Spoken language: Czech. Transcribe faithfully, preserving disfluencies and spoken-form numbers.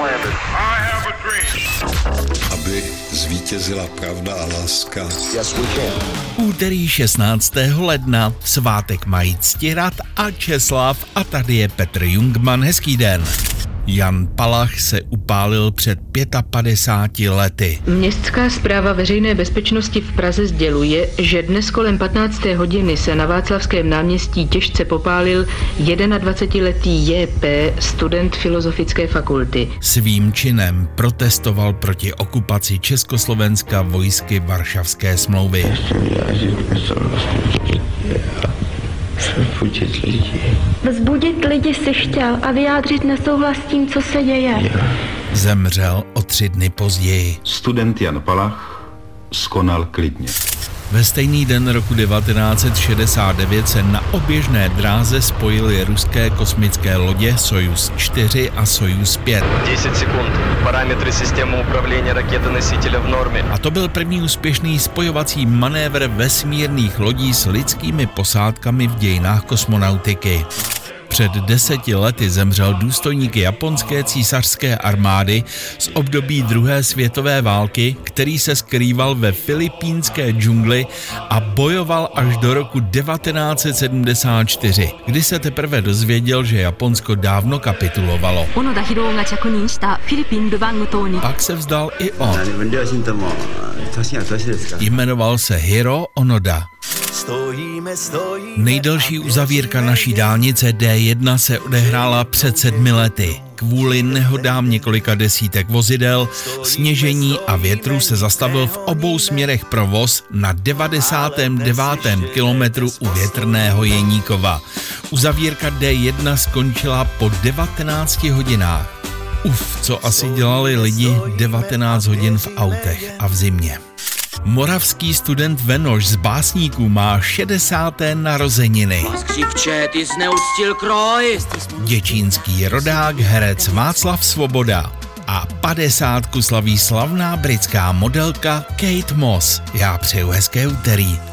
Aby zvítězila pravda a láska. Úterý šestnáctého ledna, svátek mají Ctirad a Česlav a tady je Petr Jungmann. Hezký den. Jan Palach se upálil před padesáti pěti lety. Městská správa veřejné bezpečnosti v Praze sděluje, že dnes kolem patnácté hodiny se na Václavském náměstí těžce popálil dvacetijednoletý J P, student Filozofické fakulty. Svým činem protestoval proti okupaci Československa vojsky Varšavské smlouvy. Vzbudit lidi. Vzbudit lidi si chtěl a vyjádřit nesouhlas s tím, co se děje. Zemřel o tři dny později. Student Jan Palach skonal klidně. Ve stejný den roku devatenáct set šedesát devět se na oběžné dráze spojily ruské kosmické lodě Sojuz čtyři a Sojuz pět. deset sekund. Parametry systému upravlení rakety-nositele v normě. A to byl první úspěšný spojovací manévr vesmírných lodí s lidskými posádkami v dějinách kosmonautiky. Před deseti lety zemřel důstojník japonské císařské armády z období druhé světové války, který se skrýval ve filipínské džungli a bojoval až do roku devatenáct set sedmdesát čtyři, kdy se teprve dozvěděl, že Japonsko dávno kapitulovalo. Pak se vzdal i on. Jmenoval se Hiro Onoda. Stojíme, stojíme. Nejdelší uzavírka naší dálnice D jedna se odehrála před sedmi lety. Kvůli nehodám několika desítek vozidel, sněžení a větru se zastavil v obou směrech provoz na devadesátém devátém kilometru u Větrného Jeníkova. Uzavírka D jedna skončila po devatenácti hodinách. Uf, co asi dělali lidi devatenáct hodin v autech a v zimě. Moravský student Venoš z Básníků má šedesáté narozeniny. Děčínský rodák, herec Václav Svoboda. A padesátku slaví slavná britská modelka Kate Moss. Já přeju hezké úterý.